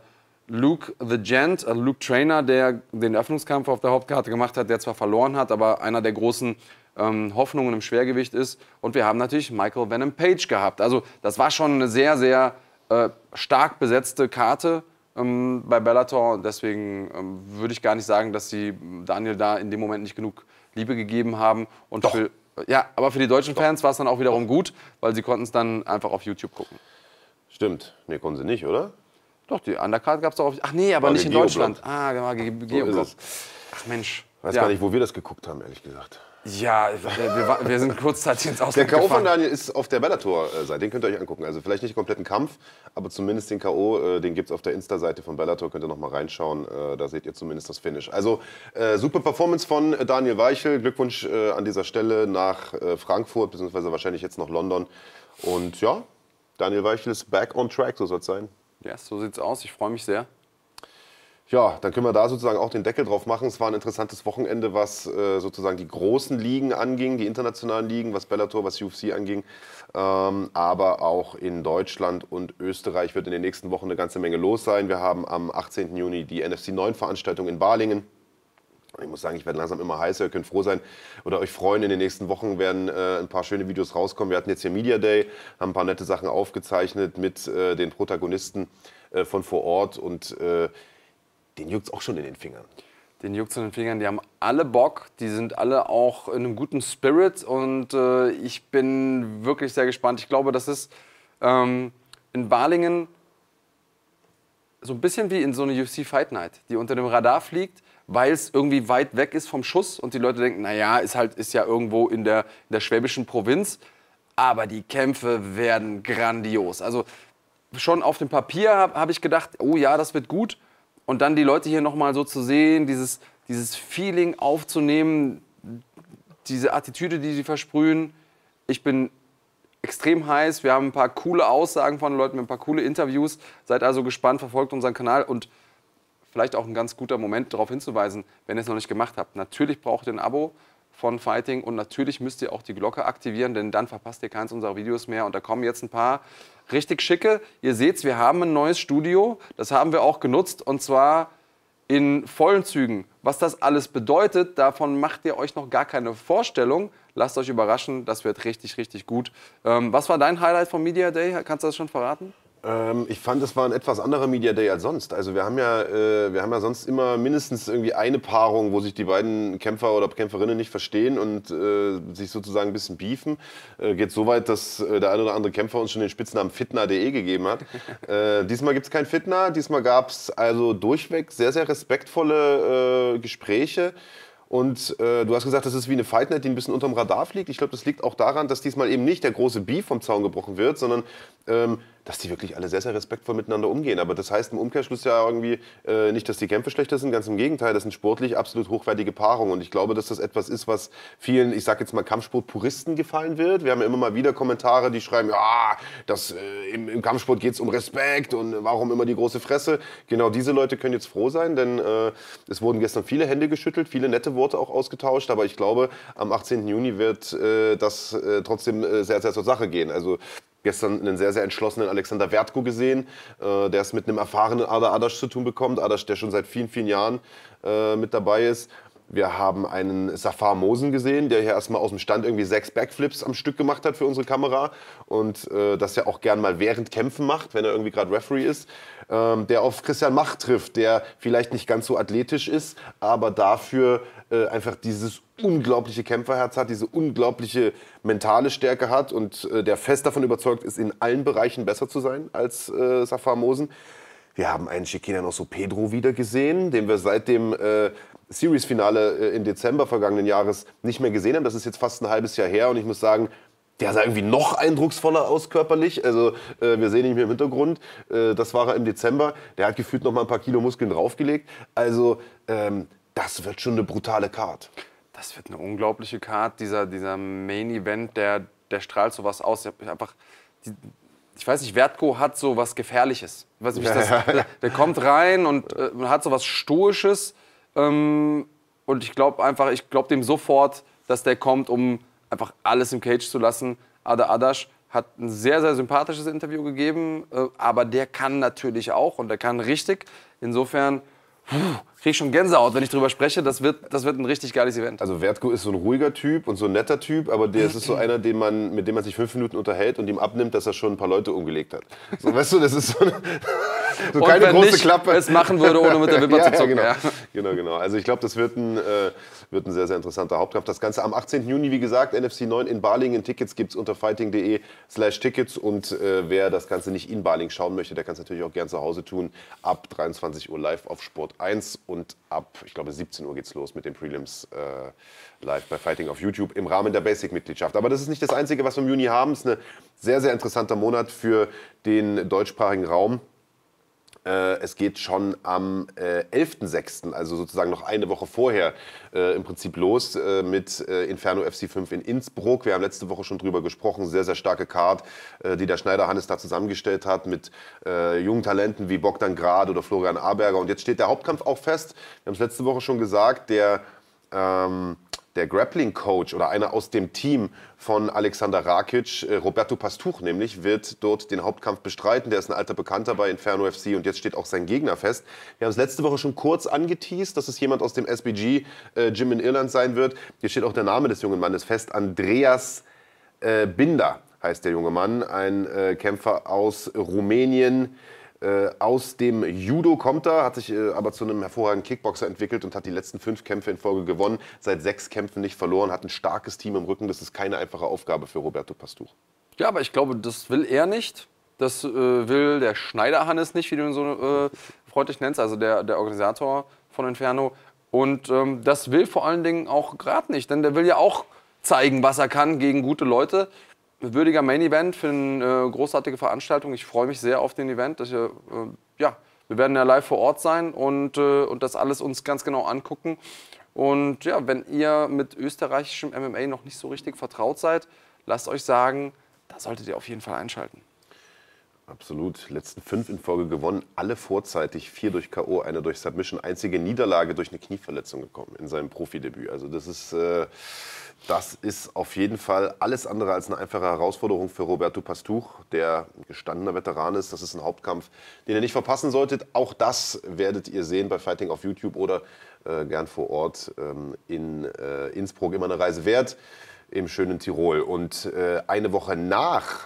Luke the Gent, Luke Trainer, der den Eröffnungskampf auf der Hauptkarte gemacht hat, der zwar verloren hat, aber einer der großen Hoffnungen im Schwergewicht ist. Und wir haben natürlich Michael Venom Page gehabt. Also das war schon eine sehr, sehr stark besetzte Karte bei Bellator. Deswegen würde ich gar nicht sagen, dass sie Daniel da in dem Moment nicht genug Liebe gegeben haben. Und aber für die deutschen Fans war es dann auch wiederum gut, weil sie konnten es dann einfach auf YouTube gucken. Stimmt. Nee, konnten sie nicht, oder? Doch, die Undercard gab es auch auf... Ach nee, aber War nicht in Geoblock. Deutschland. Ah, genau, Geoblock. Ach Mensch. Ich weiß gar nicht, wo wir das geguckt haben, ehrlich gesagt. Ja, wir sind kurzzeitig ins Der Ausland K.O. von gefahren. Daniel ist auf der Bellator-Seite, den könnt ihr euch angucken. Also vielleicht nicht den kompletten Kampf, aber zumindest den K.O., den gibt es auf der Insta-Seite von Bellator, könnt ihr noch mal reinschauen, da seht ihr zumindest das Finish. Also super Performance von Daniel Weichel, Glückwunsch an dieser Stelle nach Frankfurt, beziehungsweise wahrscheinlich jetzt noch London. Und ja, Daniel Weichel ist back on track, so soll es sein. Ja, so sieht's aus, ich freue mich sehr. Ja, dann können wir da sozusagen auch den Deckel drauf machen. Es war ein interessantes Wochenende, was sozusagen die großen Ligen anging, die internationalen Ligen, was Bellator, was UFC anging. Aber auch in Deutschland und Österreich wird in den nächsten Wochen eine ganze Menge los sein. Wir haben am 18. Juni die NFC 9 Veranstaltung in Balingen. Ich muss sagen, ich werde langsam immer heißer. Ihr könnt froh sein oder euch freuen. In den nächsten Wochen werden ein paar schöne Videos rauskommen. Wir hatten jetzt hier Media Day, haben ein paar nette Sachen aufgezeichnet mit den Protagonisten von vor Ort und den juckt's auch schon in den Fingern. Den juckt's in den Fingern, die haben alle Bock, die sind alle auch in einem guten Spirit und ich bin wirklich sehr gespannt. Ich glaube, das ist in Balingen so ein bisschen wie in so eine UFC Fight Night, die unter dem Radar fliegt, weil es irgendwie weit weg ist vom Schuss und die Leute denken, naja, ist ja irgendwo in der schwäbischen Provinz, aber die Kämpfe werden grandios. Also schon auf dem Papier hab ich gedacht, oh ja, das wird gut. Und dann die Leute hier nochmal so zu sehen, dieses Feeling aufzunehmen, diese Attitüde, die sie versprühen. Ich bin extrem heiß. Wir haben ein paar coole Aussagen von den Leuten, ein paar coole Interviews. Seid also gespannt, verfolgt unseren Kanal und vielleicht auch ein ganz guter Moment, darauf hinzuweisen, wenn ihr es noch nicht gemacht habt. Natürlich braucht ihr ein Abo von Fighting und natürlich müsst ihr auch die Glocke aktivieren, denn dann verpasst ihr keins unserer Videos mehr. Und da kommen jetzt ein paar richtig schicke. Ihr seht, wir haben ein neues Studio, das haben wir auch genutzt und zwar in vollen Zügen. Was das alles bedeutet, davon macht ihr euch noch gar keine Vorstellung. Lasst euch überraschen, das wird richtig, richtig gut. Was war dein Highlight vom Media Day? Kannst du das schon verraten? Ich fand, es war ein etwas anderer Media Day als sonst. Also wir haben ja sonst immer mindestens irgendwie eine Paarung, wo sich die beiden Kämpfer oder Kämpferinnen nicht verstehen und sich sozusagen ein bisschen beefen. Geht so weit, dass der eine oder andere Kämpfer uns schon den Spitznamen Fitna.de gegeben hat. Diesmal gibt es kein Fitna, diesmal gab es also durchweg sehr, sehr respektvolle Gespräche. Und du hast gesagt, das ist wie eine Fight Night, die ein bisschen unterm Radar fliegt. Ich glaube, das liegt auch daran, dass diesmal eben nicht der große Beef vom Zaun gebrochen wird, sondern dass die wirklich alle sehr, sehr respektvoll miteinander umgehen. Aber das heißt im Umkehrschluss ja irgendwie nicht, dass die Kämpfe schlechter sind, ganz im Gegenteil. Das sind sportlich absolut hochwertige Paarungen. Und ich glaube, dass das etwas ist, was vielen, ich sag jetzt mal, Kampfsport-Puristen gefallen wird. Wir haben ja immer mal wieder Kommentare, die schreiben, ja, im Kampfsport geht es um Respekt und warum immer die große Fresse. Genau diese Leute können jetzt froh sein, denn es wurden gestern viele Hände geschüttelt, viele nette Worte auch ausgetauscht. Aber ich glaube, am 18. Juni wird das trotzdem sehr, sehr zur Sache gehen. Also gestern einen sehr, sehr entschlossenen Alexander Wertko gesehen, der es mit einem erfahrenen Arda Adasch zu tun bekommt. Adasch, der schon seit vielen, vielen Jahren mit dabei ist. Wir haben einen Safar Mosen gesehen, der hier erstmal aus dem Stand irgendwie 6 Backflips am Stück gemacht hat für unsere Kamera und das ja auch gern mal während Kämpfen macht, wenn er irgendwie gerade Referee ist. Der auf Christian Mach trifft, der vielleicht nicht ganz so athletisch ist, aber dafür einfach dieses unglaubliche Kämpferherz hat, diese unglaubliche mentale Stärke hat und der fest davon überzeugt ist, in allen Bereichen besser zu sein als Safar Mosen. Wir haben einen Chiquinha Nosso Pedro wieder gesehen, den wir seit dem Series-Finale im Dezember vergangenen Jahres nicht mehr gesehen haben. Das ist jetzt fast ein halbes Jahr her und ich muss sagen, der sah irgendwie noch eindrucksvoller aus körperlich. Also wir sehen ihn hier im Hintergrund. Das war er im Dezember. Der hat gefühlt noch mal ein paar Kilo Muskeln draufgelegt. Also das wird schon eine brutale Card. Das wird eine unglaubliche Card. Dieser Main-Event, der strahlt sowas aus. Ich weiß nicht, Wertko hat so was Gefährliches. Ich weiß nicht, der kommt rein und hat so was Stoisches. Und ich glaube dem sofort, dass der kommt, um einfach alles im Cage zu lassen. Arda Adasch hat ein sehr, sehr sympathisches Interview gegeben, aber der kann natürlich auch und der kann richtig. Insofern kriege ich schon Gänsehaut, wenn ich drüber spreche. Das wird ein richtig geiles Event. Also Wertko ist so ein ruhiger Typ und so ein netter Typ, aber der ist so einer, mit dem man sich 5 Minuten unterhält und ihm abnimmt, dass er schon ein paar Leute umgelegt hat. So, weißt du, das ist so und keine wenn große nicht Klappe. Es machen würde, ohne mit der Wimper zu zucken. Genau. Also ich glaube, das wird ein sehr, sehr interessanter Hauptkampf. Das Ganze am 18. Juni, wie gesagt, NFC 9 in Balingen. Tickets gibt es unter fighting.de/Tickets. Und wer das Ganze nicht in Balingen schauen möchte, der kann es natürlich auch gern zu Hause tun. Ab 23 Uhr live auf Sport 1 und ab, ich glaube, 17 Uhr geht's los mit den Prelims live bei Fighting auf YouTube im Rahmen der Basic-Mitgliedschaft. Aber das ist nicht das Einzige, was wir im Juni haben. Es ist ein sehr, sehr interessanter Monat für den deutschsprachigen Raum. Es geht schon am 11.06., also sozusagen noch eine Woche vorher, im Prinzip los mit Inferno FC5 in Innsbruck. Wir haben letzte Woche schon drüber gesprochen, sehr, sehr starke Card, die der Schneider Hannes da zusammengestellt hat mit jungen Talenten wie Bogdan Grad oder Florian Aberger. Und jetzt steht der Hauptkampf auch fest. Wir haben es letzte Woche schon gesagt, der Grappling-Coach oder einer aus dem Team von Alexander Rakic, Roberto Pastuch nämlich, wird dort den Hauptkampf bestreiten. Der ist ein alter Bekannter bei Inferno FC und jetzt steht auch sein Gegner fest. Wir haben es letzte Woche schon kurz angeteased, dass es jemand aus dem SBG-Gym in Irland sein wird. Hier steht auch der Name des jungen Mannes fest, Andreas Binder heißt der junge Mann, ein Kämpfer aus Rumänien. Aus dem Judo kommt er, hat sich aber zu einem hervorragenden Kickboxer entwickelt und hat die letzten 5 Kämpfe in Folge gewonnen, seit 6 Kämpfen nicht verloren, hat ein starkes Team im Rücken. Das ist keine einfache Aufgabe für Roberto Pastuch. Ja, aber ich glaube, das will er nicht. Das will der Schneider Hannes nicht, wie du ihn so freundlich nennst, also der Organisator von Inferno. Und das will vor allen Dingen auch Grad nicht, denn der will ja auch zeigen, was er kann gegen gute Leute. Würdiger Main-Event für eine großartige Veranstaltung. Ich freue mich sehr auf den Event. Wir werden ja live vor Ort sein und das alles uns ganz genau angucken. Und ja, wenn ihr mit österreichischem MMA noch nicht so richtig vertraut seid, lasst euch sagen, da solltet ihr auf jeden Fall einschalten. Absolut. Letzten 5 in Folge gewonnen, alle vorzeitig, 4 durch K.O., eine durch Submission, einzige Niederlage durch eine Knieverletzung gekommen in seinem Profidebüt. Also das ist auf jeden Fall alles andere als eine einfache Herausforderung für Roberto Pastuch, der ein gestandener Veteran ist. Das ist ein Hauptkampf, den ihr nicht verpassen solltet. Auch das werdet ihr sehen bei Fighting auf YouTube oder gern vor Ort in Innsbruck. Immer eine Reise wert im schönen Tirol. Und eine Woche nach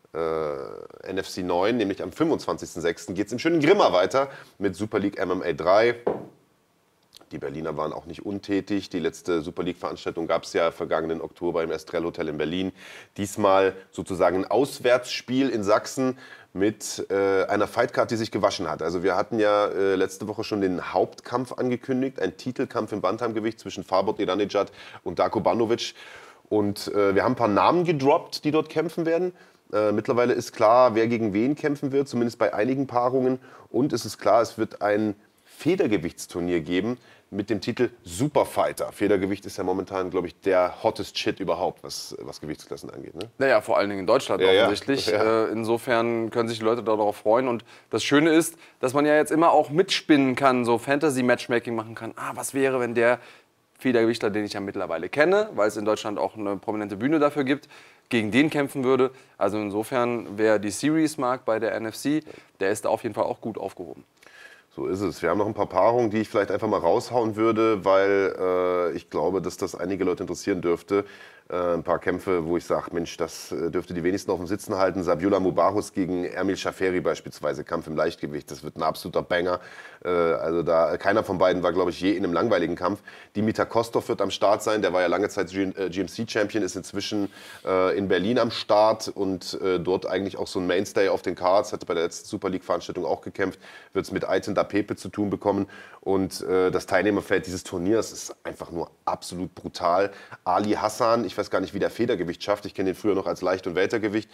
NFC 9, nämlich am 25.06. geht es im schönen Grimma weiter mit Super League MMA 3. Die Berliner waren auch nicht untätig. Die letzte Super League-Veranstaltung gab es ja vergangenen Oktober im Estrell Hotel in Berlin. Diesmal sozusagen ein Auswärtsspiel in Sachsen mit einer Fightcard, die sich gewaschen hat. Also wir hatten ja letzte Woche schon den Hauptkampf angekündigt, ein Titelkampf im Bantamgewicht zwischen Farbod Iranijad und Darko Banovic. Und wir haben ein paar Namen gedroppt, die dort kämpfen werden. Mittlerweile ist klar, wer gegen wen kämpfen wird, zumindest bei einigen Paarungen. Und es ist klar, es wird ein Federgewichtsturnier geben mit dem Titel Superfighter. Federgewicht ist ja momentan, glaube ich, der hottest Shit überhaupt, was Gewichtsklassen angeht. Ne? Naja, vor allen Dingen in Deutschland offensichtlich. Ja. Insofern können sich die Leute darauf freuen. Und das Schöne ist, dass man ja jetzt immer auch mitspinnen kann, so Fantasy-Matchmaking machen kann. Was wäre, wenn der Federgewichtler, den ich ja mittlerweile kenne, weil es in Deutschland auch eine prominente Bühne dafür gibt, gegen den kämpfen würde. Also insofern, wer die Series mag bei der NFC, der ist da auf jeden Fall auch gut aufgehoben. So ist es. Wir haben noch ein paar Paarungen, die ich vielleicht einfach mal raushauen würde, weil ich glaube, dass das einige Leute interessieren dürfte. Ein paar Kämpfe, wo ich sage, Mensch, das dürfte die wenigsten auf dem Sitzen halten. Saviola Mubahus gegen Ermil Shaferi beispielsweise, Kampf im Leichtgewicht. Das wird ein absoluter Banger. Also keiner von beiden war, glaube ich, je in einem langweiligen Kampf. Dimitar Kostov wird am Start sein. Der war ja lange Zeit GMC-Champion, ist inzwischen in Berlin am Start und dort eigentlich auch so ein Mainstay auf den Cards. Hatte bei der letzten Super League-Veranstaltung auch gekämpft. Wird es mit Aitan Dapepe zu tun bekommen. Und das Teilnehmerfeld dieses Turniers ist einfach nur absolut brutal. Ali Hassan, ich weiß gar nicht, wie der Federgewicht schafft. Ich kenne den früher noch als Leicht- und Weltergewicht.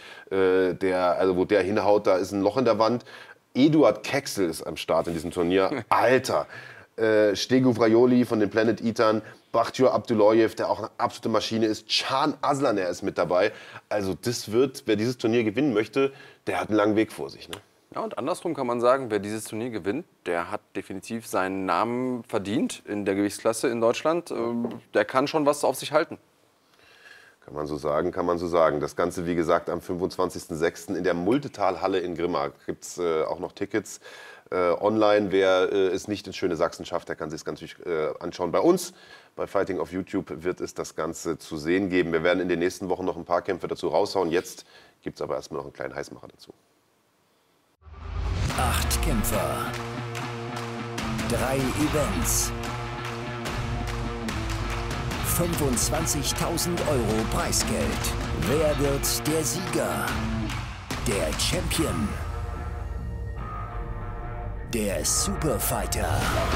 Wo der hinhaut, da ist ein Loch in der Wand. Eduard Keksel ist am Start in diesem Turnier. Alter! Stegu Vrajoli von den Planet Eatern, Bakhtior Abdullayev, der auch eine absolute Maschine ist. Can Aslaner ist mit dabei. Also wer dieses Turnier gewinnen möchte, der hat einen langen Weg vor sich. Ne? Ja, und andersrum kann man sagen, wer dieses Turnier gewinnt, der hat definitiv seinen Namen verdient in der Gewichtsklasse in Deutschland. Der kann schon was auf sich halten. Kann man so sagen, kann man so sagen. Das Ganze, wie gesagt, am 25.06. in der Multitalhalle in Grimma. Gibt es auch noch Tickets online. Wer es nicht ins schöne Sachsen schafft, der kann sich das Ganze anschauen. Bei uns, bei Fighting auf YouTube, wird es das Ganze zu sehen geben. Wir werden in den nächsten Wochen noch ein paar Kämpfe dazu raushauen. Jetzt gibt es aber erstmal noch einen kleinen Heißmacher dazu. 8 Kämpfer, 3 Events, 25.000 Euro Preisgeld. Wer wird der Sieger? Der Champion? Der Superfighter?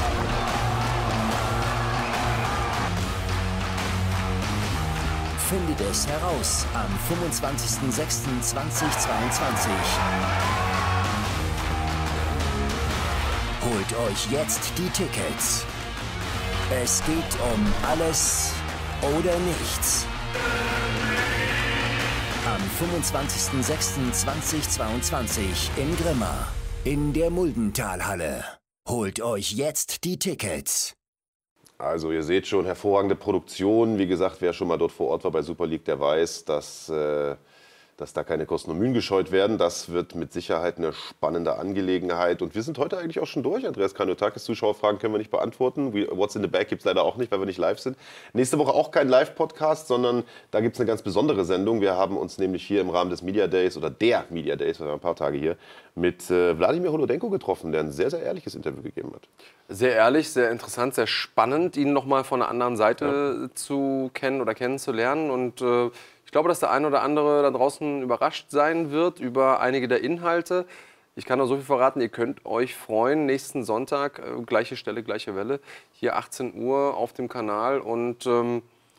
Findet es heraus am 25.06.2022. Holt euch jetzt die Tickets. Es geht um alles oder nichts. Am 25.06.2022 in Grimma in der Muldentalhalle. Holt euch jetzt die Tickets. Also ihr seht schon, hervorragende Produktion. Wie gesagt, wer schon mal dort vor Ort war bei Super League, der weiß, dass da keine Kosten und Mühen gescheut werden. Das wird mit Sicherheit eine spannende Angelegenheit. Und wir sind heute eigentlich auch schon durch. Andreas Kanyotakis, Zuschauerfragen können wir nicht beantworten. What's in the Bag gibt es leider auch nicht, weil wir nicht live sind. Nächste Woche auch kein Live-Podcast, sondern da gibt es eine ganz besondere Sendung. Wir haben uns nämlich hier im Rahmen des Media Days oder der Media Days, wir waren ein paar Tage hier, mit Wladimir Holodenko getroffen, der ein sehr, sehr ehrliches Interview gegeben hat. Sehr ehrlich, sehr interessant, sehr spannend, ihn noch mal von einer anderen Seite zu kennen oder kennenzulernen. Und ich glaube, dass der ein oder andere da draußen überrascht sein wird über einige der Inhalte. Ich kann nur so viel verraten, ihr könnt euch freuen. Nächsten Sonntag, gleiche Stelle, gleiche Welle, hier 18 Uhr auf dem Kanal. Und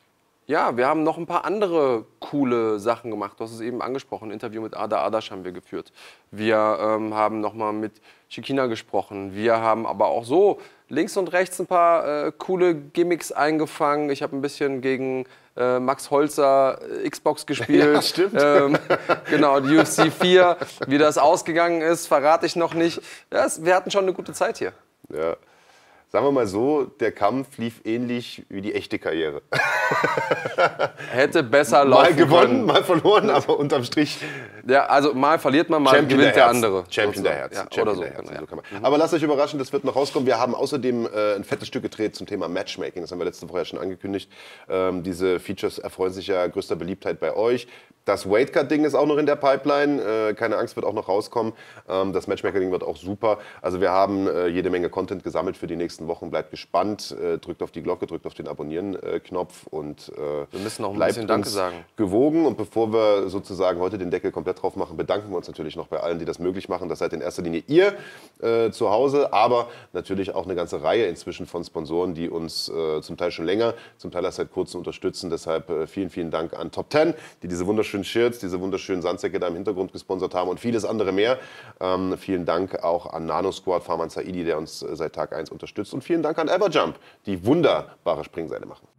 ja, wir haben noch ein paar andere coole Sachen gemacht. Du hast es eben angesprochen. Ein Interview mit Ada Adasch haben wir geführt. Wir haben nochmal mit Shikina gesprochen. Wir haben aber auch so links und rechts ein paar coole Gimmicks eingefangen. Ich habe ein bisschen gegen Max Holzer Xbox gespielt. Ja, stimmt. Genau, die UFC 4. Wie das ausgegangen ist, verrate ich noch nicht. Wir hatten schon eine gute Zeit hier. Ja. Sagen wir mal so, der Kampf lief ähnlich wie die echte Karriere. Hätte besser laufen können. Mal gewonnen, mal verloren, aber unterm Strich. Ja, also mal verliert man, mal gewinnt der andere. Champion der Herzen. Ja, Champion oder so. der Herzen. Ja. So kann man. Aber lasst euch überraschen, das wird noch rauskommen. Wir haben außerdem ein fettes Stück gedreht zum Thema Matchmaking. Das haben wir letzte Woche ja schon angekündigt. Diese Features erfreuen sich ja größter Beliebtheit bei euch. Das Weightcut-Ding ist auch noch in der Pipeline. Keine Angst, wird auch noch rauskommen. Das Matchmaking wird auch super. Also wir haben jede Menge Content gesammelt für die nächsten Wochen. Bleibt gespannt. Drückt auf die Glocke, drückt auf den Abonnieren-Knopf und wir müssen noch ein bleibt bisschen Danke uns sagen. gewogen. Und bevor wir sozusagen heute den Deckel komplett drauf machen, bedanken wir uns natürlich noch bei allen, die das möglich machen. Das seid in erster Linie ihr zu Hause, aber natürlich auch eine ganze Reihe inzwischen von Sponsoren, die uns zum Teil schon länger, zum Teil erst seit kurzem unterstützen. Deshalb vielen, vielen Dank an Top 10, die diese wunderschönen Shirts, diese wunderschönen Sandsäcke da im Hintergrund gesponsert haben und vieles andere mehr. Vielen Dank auch an Nano Squad, Farman Saidi, der uns seit Tag 1 unterstützt. Und vielen Dank an Everjump, die wunderbare Springseile machen.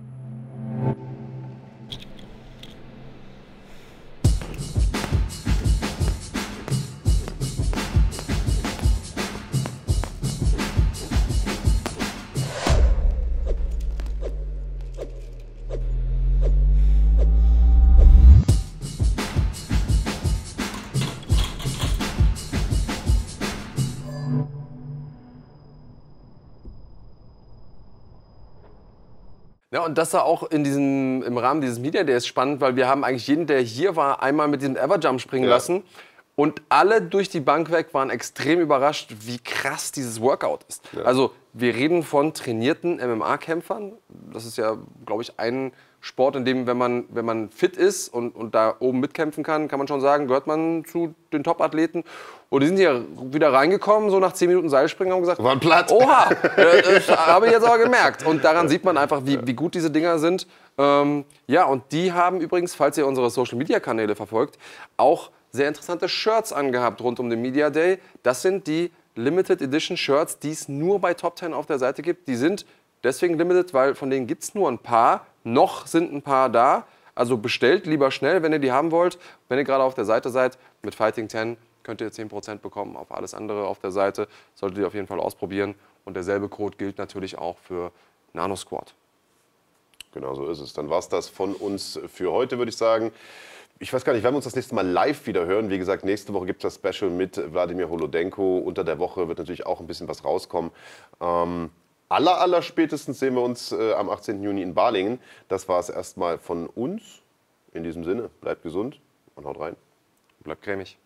Ja, und das war auch im Rahmen dieses Media Days spannend, weil wir haben eigentlich jeden, der hier war, einmal mit diesem Everjump springen lassen. Und alle durch die Bank weg waren extrem überrascht, wie krass dieses Workout ist. Ja. Also wir reden von trainierten MMA-Kämpfern. Das ist ja, glaube ich, ein Sport, in dem, wenn man fit ist und da oben mitkämpfen kann, kann man schon sagen, gehört man zu den Top-Athleten. Und die sind hier wieder reingekommen, so nach 10 Minuten Seilspringen, haben gesagt, waren platt. Oha, das habe ich jetzt aber gemerkt. Und daran sieht man einfach, wie gut diese Dinger sind. Ja, und die haben übrigens, falls ihr unsere Social-Media-Kanäle verfolgt, auch sehr interessante Shirts angehabt rund um den Media Day. Das sind die Limited Edition Shirts, die es nur bei Top 10 auf der Seite gibt. Die sind deswegen limited, weil von denen gibt es nur ein paar. Noch sind ein paar da. Also bestellt lieber schnell, wenn ihr die haben wollt. Wenn ihr gerade auf der Seite seid, mit Fighting 10 könnt ihr 10% bekommen auf alles andere auf der Seite. Solltet ihr auf jeden Fall ausprobieren. Und derselbe Code gilt natürlich auch für Nano Squad. Genau so ist es. Dann war es das von uns für heute, würde ich sagen. Ich weiß gar nicht, werden wir uns das nächste Mal live wieder hören. Wie gesagt, nächste Woche gibt es das Special mit Wladimir Holodenko. Unter der Woche wird natürlich auch ein bisschen was rauskommen. Aller spätestens sehen wir uns am 18. Juni in Balingen. Das war es erstmal von uns. In diesem Sinne, bleibt gesund und haut rein. Bleibt cremig.